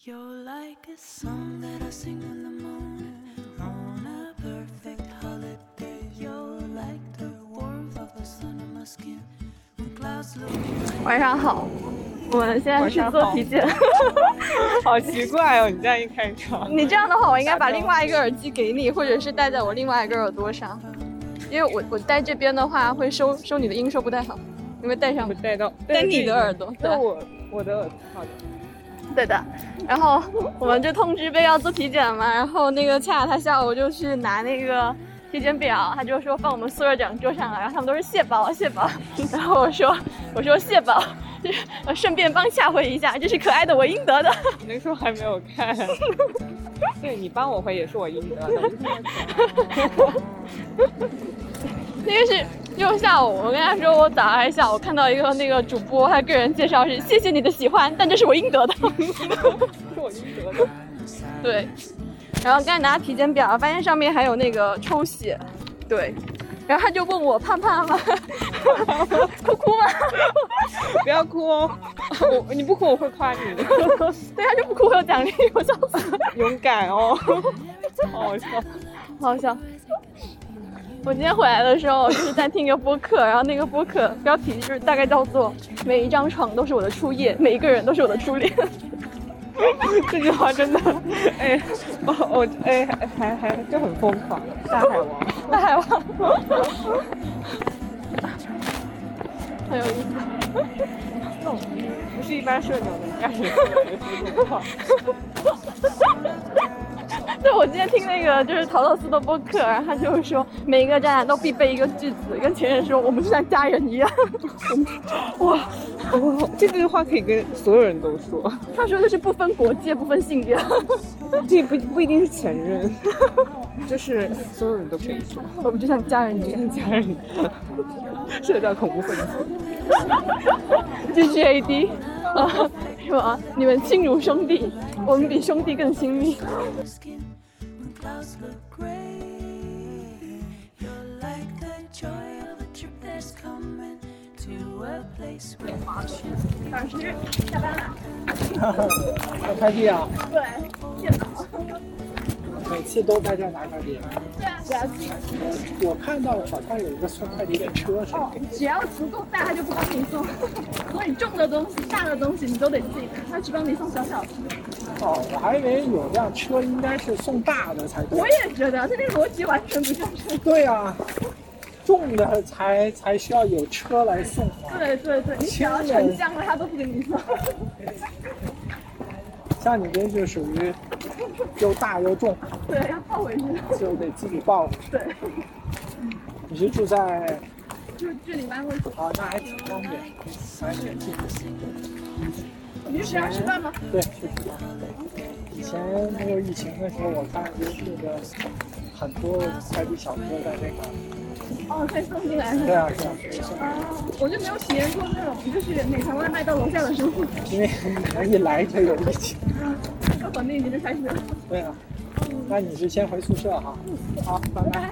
You're like a song that I sing in the morning on a perfect holiday. You're like the warmth of the sun on my skin when clouds look. 晚上好，我们现在是做体检。 好奇怪哦，你这样一开场。 你这样的话，我应该把另外一个耳机给你，或者是戴在我另外一个耳朵上，因为我戴这边的话会收你的音，收不太好，因为戴上不戴到戴你的耳朵，对， 我的耳朵，好的。 对的，然后我们就通知被要做体检嘛，然后那个恰恰他下午就去拿那个体检表，他就说放我们宿舍长桌上了，然后他们都是谢宝，然后我说谢宝，顺便帮下回一下，这是可爱的我应得的。 你那时候还没有看，对你帮我回也是我应得的。 那个是又下午，我跟他说我早上还是下午看到一个那个主播，他个人介绍是谢谢你的喜欢，但这是我应得的。 是我应得的。 对，然后刚才拿体检表，发现上面还有那个抽血，对，然后他就问我胖吗？哭吗？ 不要哭哦，你不哭我会夸你的。 对，他就不哭会有奖励，我笑死了。 勇敢哦，好好笑， 好好笑。我今天回来的时候就是在听一个播客，然后那个播客标题就是大概叫做每一张床都是我的初夜，每一个人都是我的初恋。 这句话真的，还就很疯狂，大海王， 很有意思。 那种不是一般社牛能干的这种话。 对，我今天听那个就是陶乐斯的播客，然后他就是说每一个渣男都必备一个句子，跟前任说我们就像家人一样。哇， 这句话可以跟所有人都说。 他说的是不分国界不分性别。 这不一定是前任，就是所有人都可以说我们就像家人一样， 社交恐怖分子。 GGAD 是吧？你们亲如兄弟，我们比兄弟更亲密。老师下班了。 拿快递啊？ 对，电脑。 每次都在这拿快递。 对啊，只要寄。 我看到好像有一个送快递的车是。 只要足够大，他就不帮你送。所以重的东西、大的东西你都得自己拿，他只帮你送小小的。 我还以为有辆车应该是送大的才对。 我也觉得，他这个逻辑完全不正确。 对啊，重的才需要有车来送。 对，你只要沉降了，他都不给你送。 像你这就属于又大又重， 对，要抱回去， 就得自己抱。 对。 你是住在？ 就距离办公室。 啊，那还挺方便，还挺近。 你是要吃饭吗？ 对，是吃饭。以前没有疫情的时候，我看就是那个很多快递小哥在那个。 可以送进来是吧？ 对啊。 我就没有体验过那种，就是美团外卖到楼下的生活。 因为你一来就有疫情。 要从那年就开始了。 对啊。那你是先回宿舍哈？好，拜拜。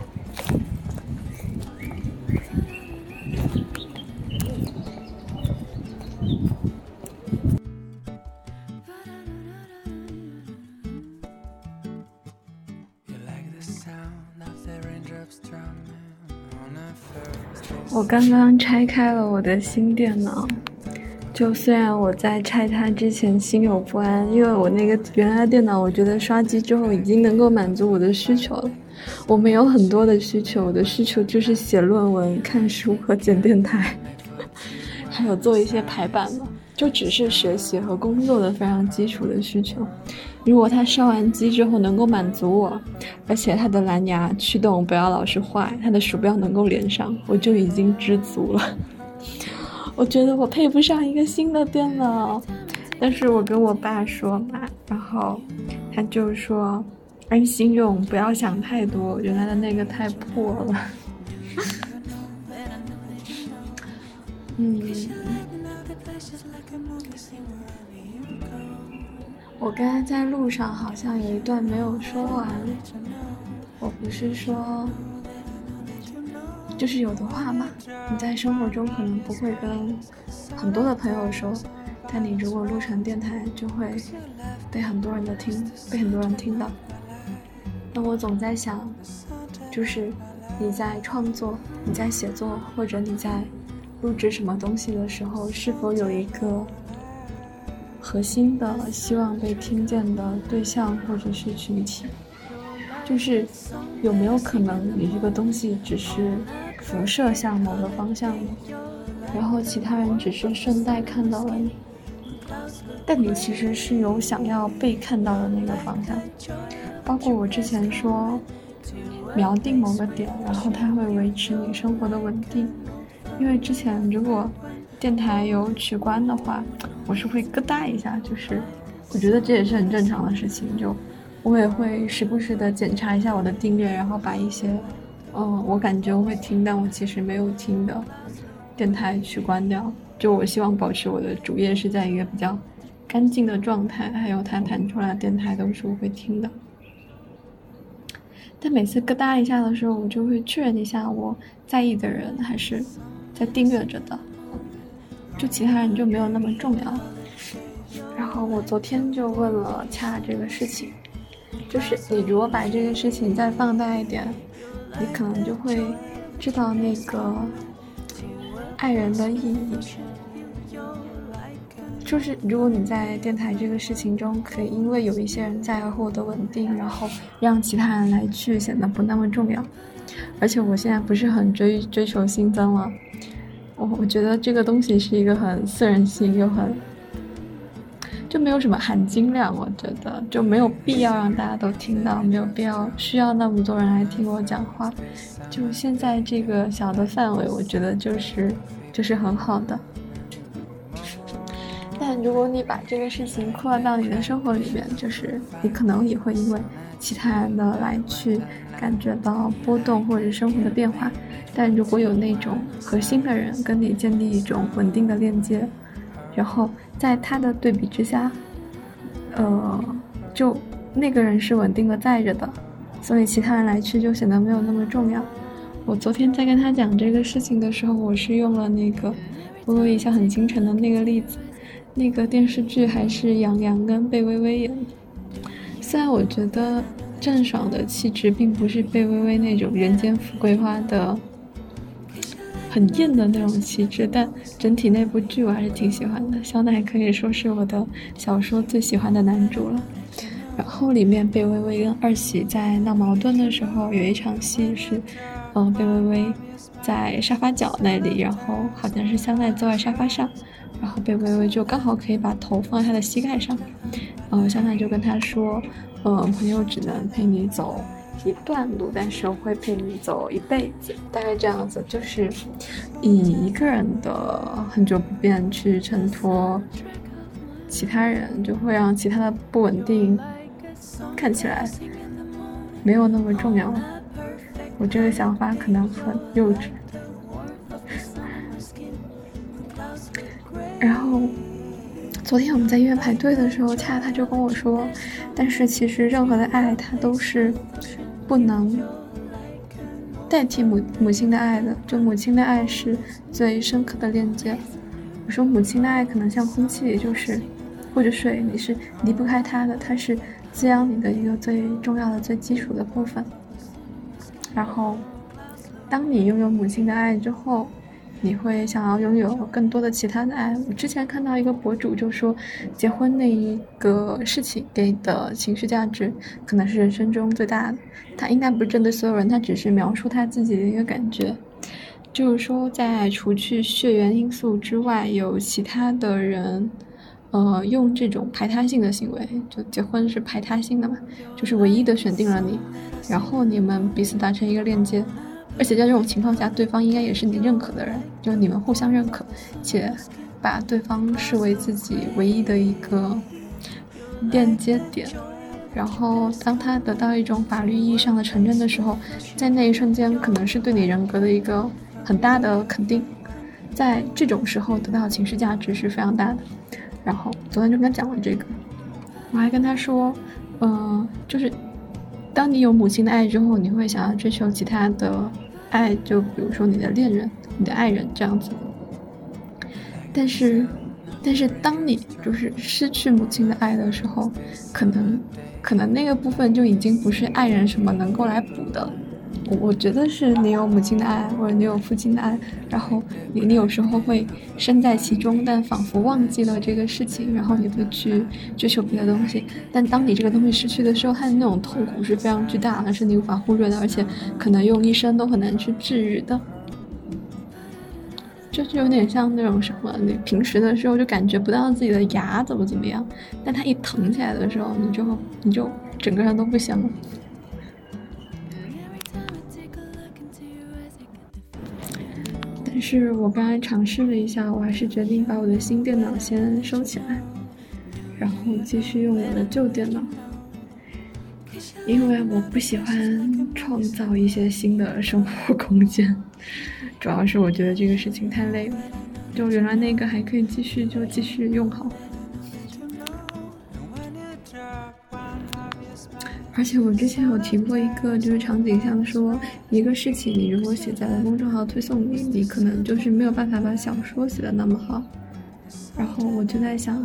我刚刚拆开了我的新电脑，就虽然我在拆它之前心有不安，因为我那个原来的电脑我觉得刷机之后已经能够满足我的需求了。我们有很多的需求，我的需求就是写论文、看书和剪电台，还有做一些排版嘛，就只是学习和工作的非常基础的需求。如果它烧完机之后能够满足我，而且它的蓝牙驱动不要老是坏，它的鼠标能够连上，我就已经知足了。我觉得我配不上一个新的电脑，但是我跟我爸说嘛，然后他就说安心用，不要想太多，原来的那个太破了。我刚才在路上好像有一段没有说完，我不是说就是有的话嘛，你在生活中可能不会跟很多的朋友说，但你如果录成电台就会被很多人听到。那我总在想，就是你在创作、你在写作，或者你在录制什么东西的时候，是否有一个核心的希望被听见的对象或者是群体？就是有没有可能你这个东西只是辐射向某个方向的，然后其他人只是顺带看到了你，但你其实是有想要被看到的那个方向。包括我之前说瞄定某个点，然后它会维持你生活的稳定。因为之前如果电台有取关的话，我是会咯哒一下，就是我觉得这也是很正常的事情，就我也会时不时的检查一下我的订阅，然后把一些我感觉我会听但我其实没有听的电台取关掉。就我希望保持我的主页是在一个比较干净的状态，还有它弹出来的电台都是我会听的。但每次咯哒一下的时候，我就会确认一下我在意的人还是在订阅着的，就其他人就没有那么重要。然后我昨天就问了恰这个事情，就是你如果把这个事情再放大一点，你可能就会知道那个爱人的意义。就是如果你在电台这个事情中可以因为有一些人在而获得稳定，然后让其他人来去显得不那么重要。而且我现在不是很追求新增了，我觉得这个东西是一个很私人性又很就没有什么含金量，我觉得就没有必要让大家都听到，没有必要需要那么多人来听我讲话。就现在这个小的范围，我觉得就是很好的。但如果你把这个事情扩大到你的生活里面，就是你可能也会因为其他人的来去感觉到波动或者生活的变化。但如果有那种核心的人跟你建立一种稳定的链接，然后在他的对比之下，就那个人是稳定的在着的，所以其他人来去就显得没有那么重要。我昨天在跟他讲这个事情的时候，我是用了那个微微一笑很倾城的那个例子，那个电视剧还是杨洋跟贝微微演的。虽然我觉得郑爽的气质并不是贝微微那种人间富贵花的很艳的那种气质，但整体那部剧我还是挺喜欢的。肖奈可以说是我的小说最喜欢的男主了。然后里面贝微微跟二喜在闹矛盾的时候，有一场戏是贝微微在沙发角那里，然后好像是香奈坐在沙发上，然后贝微微就刚好可以把头放在他的膝盖上，香奈就跟他说朋友只能陪你走一段路，但是我会陪你走一辈子，大概这样子，就是以一个人的很久不变去衬托其他人，就会让其他的不稳定看起来没有那么重要。我这个想法可能很幼稚。然后昨天我们在医院排队的时候，恰他就跟我说，但是其实任何的爱它都是不能代替母亲的爱的，就母亲的爱是最深刻的链接。我说母亲的爱可能像空气，也就是或者水，你是离不开它的，它是滋养你的一个最重要的最基础的部分。然后当你拥有母亲的爱之后，你会想要拥有更多的其他的爱。我之前看到一个博主就说，结婚那一个事情给的情绪价值可能是人生中最大的，他应该不是针对所有人，他只是描述他自己的一个感觉，就是说在除去血缘因素之外，有其他的人用这种排他性的行为，就结婚是排他性的嘛，就是唯一的选定了你，然后你们彼此达成一个链接，而且在这种情况下，对方应该也是你认可的人，就你们互相认可，且把对方视为自己唯一的一个链接点。然后当他得到一种法律意义上的承认的时候，在那一瞬间可能是对你人格的一个很大的肯定，在这种时候得到情绪价值是非常大的。然后昨天就跟他讲了这个，我还跟他说就是当你有母亲的爱之后，你会想要追求其他的爱，就比如说你的恋人、你的爱人这样子。但是但是当你就是失去母亲的爱的时候，可能那个部分就已经不是爱人什么能够来补的了。我觉得是你有母亲的爱，或者你有父亲的爱，然后你有时候会身在其中，但仿佛忘记了这个事情，然后你会去追求别的东西。但当你这个东西失去的时候，它的那种痛苦是非常巨大的，是你无法忽略的，而且可能用一生都很难去治愈的。就是有点像那种什么，你平时的时候就感觉不到自己的牙怎么样，但它一疼起来的时候，你就整个人都不行了。但是我刚才尝试了一下，我还是决定把我的新电脑先收起来，然后继续用我的旧电脑，因为我不喜欢创造一些新的生活空间，主要是我觉得这个事情太累了，就原来那个还可以继续用好。而且我之前有提过一个就是场景，像说一个事情你如果写在了公众号推送里，你可能就是没有办法把小说写得那么好。然后我就在想，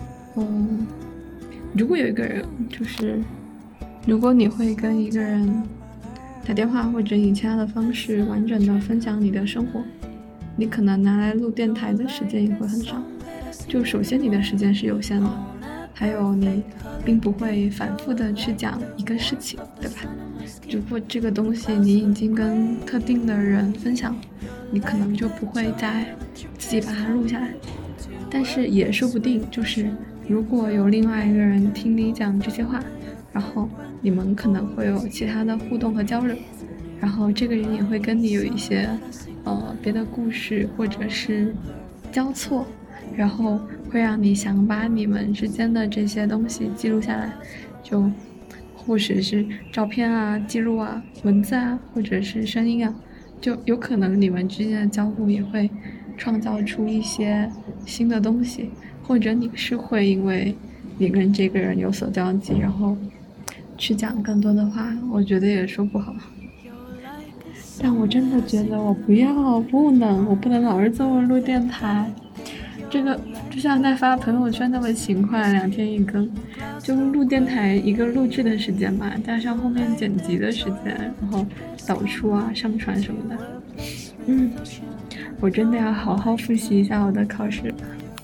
如果有一个人，就是如果你会跟一个人打电话或者以其他的方式完整的分享你的生活，你可能拿来录电台的时间也会很少。就首先你的时间是有限的，还有你并不会反复的去讲一个事情，对吧？如果这个东西你已经跟特定的人分享，你可能就不会再自己把它录下来。但是也说不定，就是如果有另外一个人听你讲这些话，然后你们可能会有其他的互动和交流，然后这个人也会跟你有一些别的故事或者是交错，然后会让你想把你们之间的这些东西记录下来，就或者是照片啊、记录啊、文字啊，或者是声音啊，就有可能你们之间的交互也会创造出一些新的东西，或者你是会因为你跟这个人有所交集，然后去讲更多的话，我觉得也说不好。但我真的觉得我不能老是这么录电台。这个就像在发朋友圈那么勤快，2天1更，就录电台一个录制的时间吧，加上后面剪辑的时间，然后导出啊、上传什么的。我真的要好好复习一下我的考试。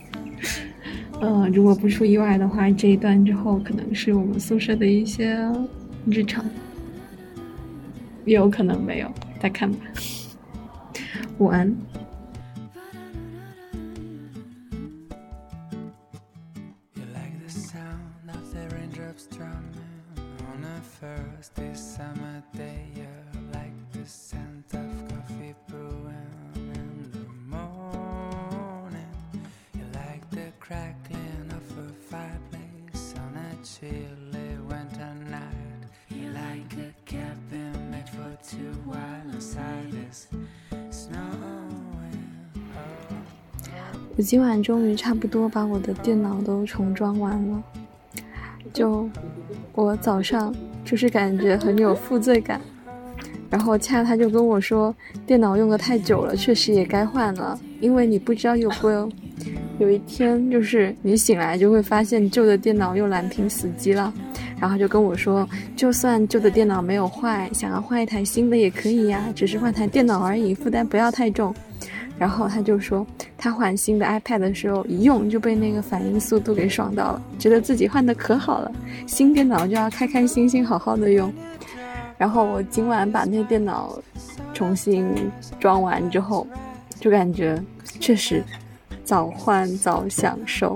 如果不出意外的话，这一段之后可能是我们宿舍的一些日常，也有可能没有，再看吧。午安。我今晚终于差不多把我的电脑都重装完了，就我早上就是感觉很有负罪感，然后他就跟我说电脑用得太久了，确实也该换了，因为你不知道有一天就是你醒来就会发现旧的电脑又蓝屏死机了，然后就跟我说就算旧的电脑没有坏，想要换一台新的也可以呀，只是换台电脑而已，负担不要太重。然后他就说他换新的 iPad 的时候一用就被那个反应速度给爽到了，觉得自己换的可好了，新电脑就要开开心心好好的用。然后我今晚把那电脑重新装完之后，就感觉确实早换早享受。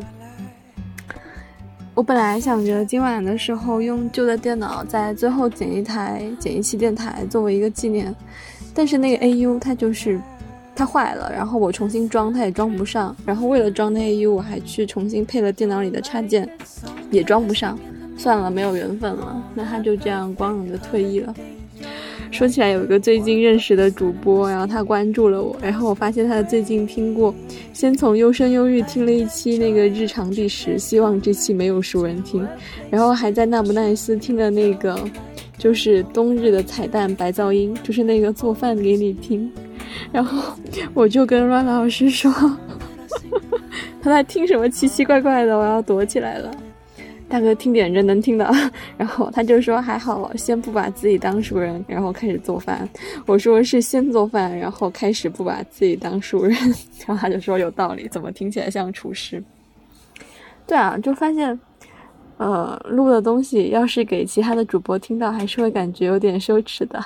我本来想着今晚的时候用旧的电脑在最后剪一期电台作为一个纪念，但是那个 AU 它坏了，然后我重新装它也装不上，然后为了装那 AU 我还去重新配了电脑里的插件，也装不上，算了，没有缘分了，那它就这样光荣的退役了。说起来有一个最近认识的主播，然后他关注了我，然后我发现他最近听过，先从优生优育听了一期那个日常第10，希望这期没有熟人听，然后还在那不奈斯听了那个就是冬日的彩蛋白噪音，就是那个做饭给你听。然后我就跟阮老师说他在听什么奇奇怪怪的，我要躲起来了。大哥听点真能听的，然后他就说还好，先不把自己当熟人，然后开始做饭。我说是先做饭，然后开始不把自己当熟人，然后他就说有道理，怎么听起来像厨师？对啊，就发现录的东西要是给其他的主播听到，还是会感觉有点羞耻的。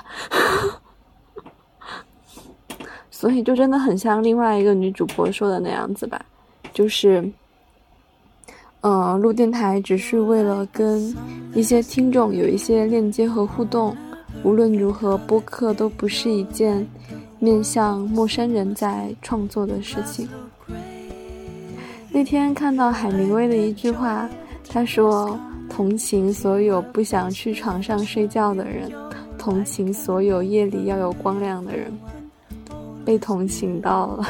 所以就真的很像另外一个女主播说的那样子吧，就是录电台只是为了跟一些听众有一些链接和互动，无论如何播客都不是一件面向陌生人在创作的事情。那天看到海明威的一句话，他说同情所有不想去床上睡觉的人，同情所有夜里要有光亮的人。被同情到了。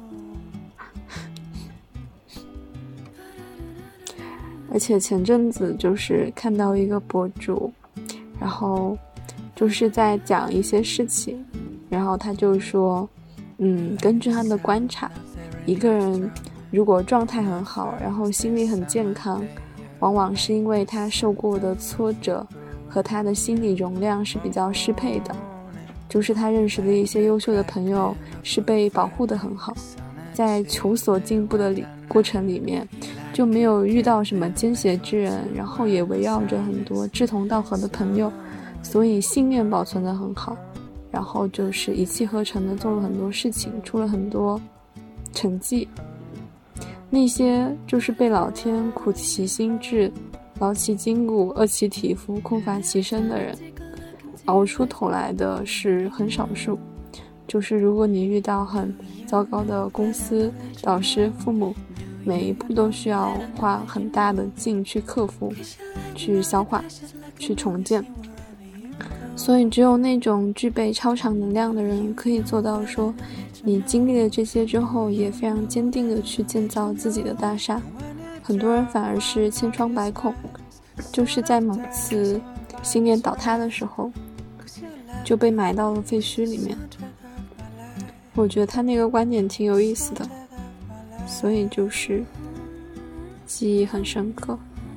而且前阵子就是看到一个博主，然后就是在讲一些事情，然后他就说根据他的观察，一个人如果状态很好，然后心理很健康，往往是因为他受过的挫折和他的心理容量是比较适配的，就是他认识的一些优秀的朋友是被保护得很好，在求索进步的过程里面就没有遇到什么奸邪之人，然后也围绕着很多志同道合的朋友，所以信念保存得很好，然后就是一气呵成的做了很多事情，出了很多成绩。那些就是被老天苦其心志，劳其筋骨，饿其体肤，空乏其身的人，熬出头来的是很少数。就是如果你遇到很糟糕的公司、导师、父母，每一步都需要花很大的劲去克服、去消化、去重建。所以只有那种具备超常能量的人可以做到说，你经历了这些之后也非常坚定的去建造自己的大厦。很多人反而是千疮百孔，就是在某次信念倒塌的时候就被埋到了废墟里面。我觉得他那个观点挺有意思的，所以就是记忆很深刻。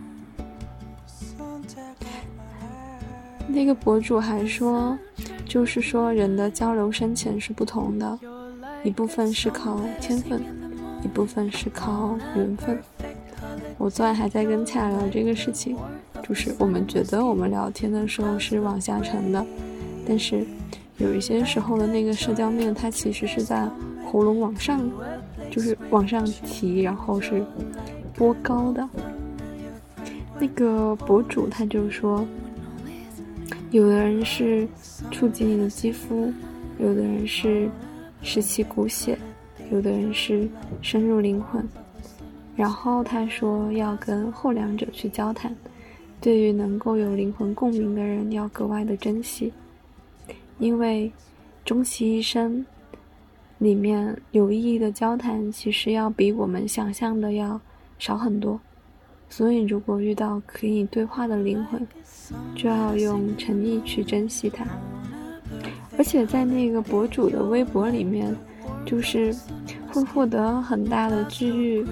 那个博主还说，就是说人的交流深浅是不同的，一部分是靠天分，一部分是靠缘分。我昨晚还在跟恰聊这个事情，就是我们觉得我们聊天的时候是往下沉的，但是有一些时候的那个社交面它其实是在喉咙往上，就是往上提，然后是波高的。那个博主他就说，有的人是触及你的肌肤，有的人是拾起骨血，有的人是深入灵魂。然后他说要跟后两者去交谈，对于能够有灵魂共鸣的人要格外的珍惜，因为终其一生里面有意义的交谈其实要比我们想象的要少很多，所以如果遇到可以对话的灵魂，就要用诚意去珍惜它。而且在那个博主的微博里面，就是会获得很大的治愈。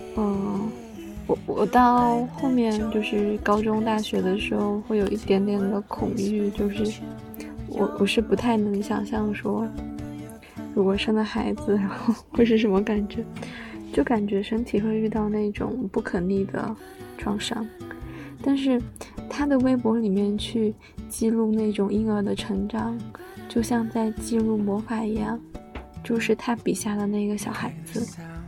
我到后面就是高中大学的时候会有一点点的恐惧，就是我是不太能想象说如果生了孩子然后会是什么感觉，就感觉身体会遇到那种不可逆的创伤。但是他的微博里面去记录那种婴儿的成长，就像在记录魔法一样，就是他笔下的那个小孩子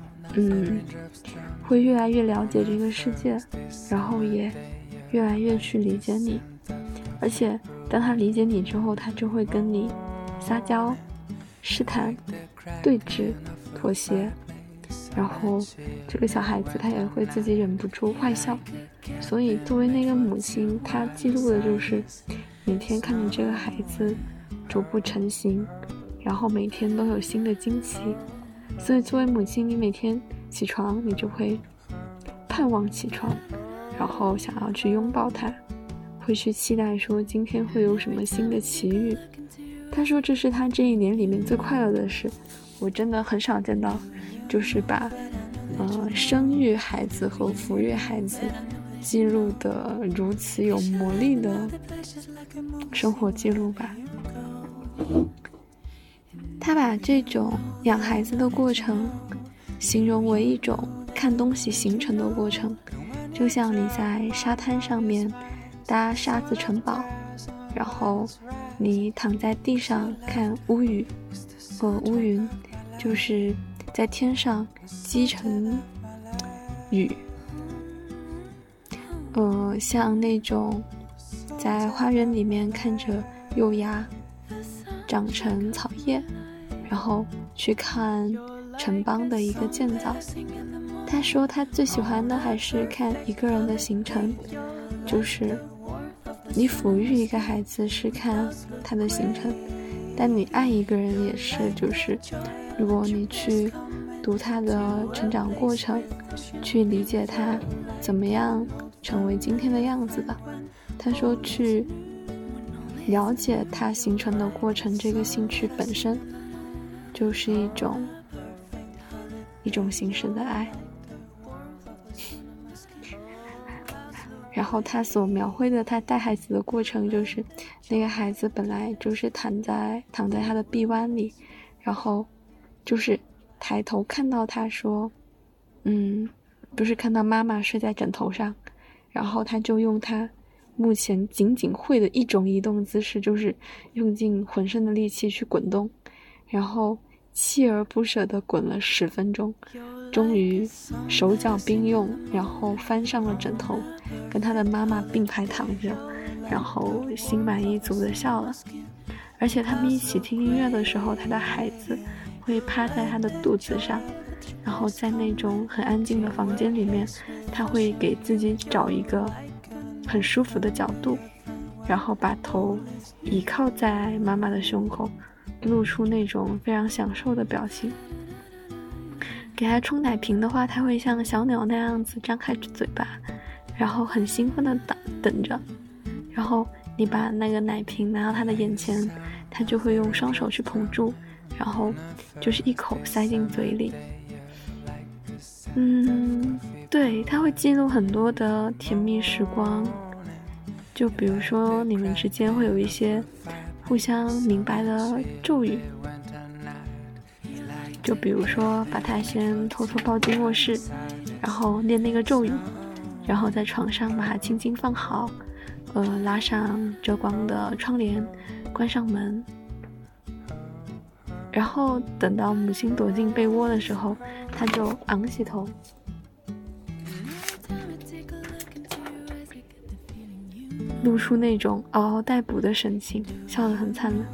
会越来越了解这个世界，然后也越来越去理解你。而且当他理解你之后，他就会跟你撒娇、试探、对峙、妥协，然后这个小孩子他也会自己忍不住坏笑。所以作为那个母亲，她记录的就是每天看着这个孩子逐步成型，然后每天都有新的惊奇。所以作为母亲，你每天起床你就会盼望起床，然后想要去拥抱他，会去期待说今天会有什么新的奇遇。他说这是他这一年里面最快乐的事。我真的很少见到就是把生育孩子和抚育孩子记录的如此有魔力的生活记录吧。他把这种养孩子的过程形容为一种看东西形成的过程，就像你在沙滩上面搭沙子城堡，然后你躺在地上看乌云，就是在天上积成雨。像那种在花园里面看着幼芽长成草叶，然后去看城邦的一个建造。他说他最喜欢的还是看一个人的形成，就是你抚育一个孩子是看他的形成，但你爱一个人也是，就是如果你去读他的成长过程，去理解他怎么样成为今天的样子的。他说去了解他形成的过程，这个兴趣本身就是一种形式的爱。然后他所描绘的他带孩子的过程，就是那个孩子本来就是躺在他的臂弯里，然后就是抬头看到他说就是看到妈妈睡在枕头上，然后他就用他目前仅会的一种移动姿势，就是用尽浑身的力气去滚动，然后锲而不舍地滚了10分钟，终于手脚并用，然后翻上了枕头，跟他的妈妈并排躺着，然后心满意足地笑了。而且他们一起听音乐的时候，他的孩子会趴在他的肚子上，然后在那种很安静的房间里面，他会给自己找一个很舒服的角度，然后把头倚靠在妈妈的胸口，露出那种非常享受的表情。给他冲奶瓶的话，他会像小鸟那样子张开嘴巴，然后很兴奋地等着，然后你把那个奶瓶拿到他的眼前，他就会用双手去捧住，然后就是一口塞进嘴里。对，他会记录很多的甜蜜时光，就比如说你们之间会有一些互相明白的咒语，就比如说把他先偷偷抱进卧室，然后念那个咒语，然后在床上把他轻轻放好，拉上遮光的窗帘，关上门，然后等到母亲躲进被窝的时候，他就昂起头，露出那种嗷嗷待哺的神情，笑得很灿烂。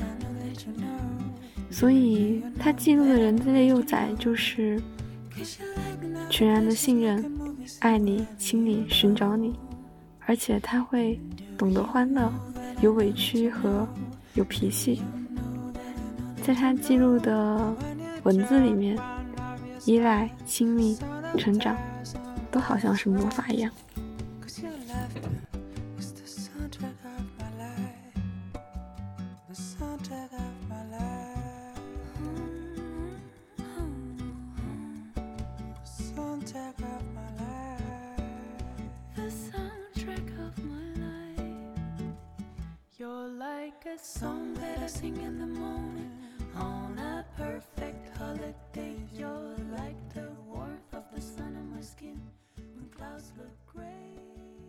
所以他记录的人类幼崽就是全然的信任，爱你，亲你，寻找你，而且他会懂得欢乐，有委屈和有脾气。在他记录的文字里面，依赖、亲密、成长都好像是魔法一样。 You're like a song that I sing in the morning on a perfect holiday. You're like the warmth of the sun on my skin when clouds look gray.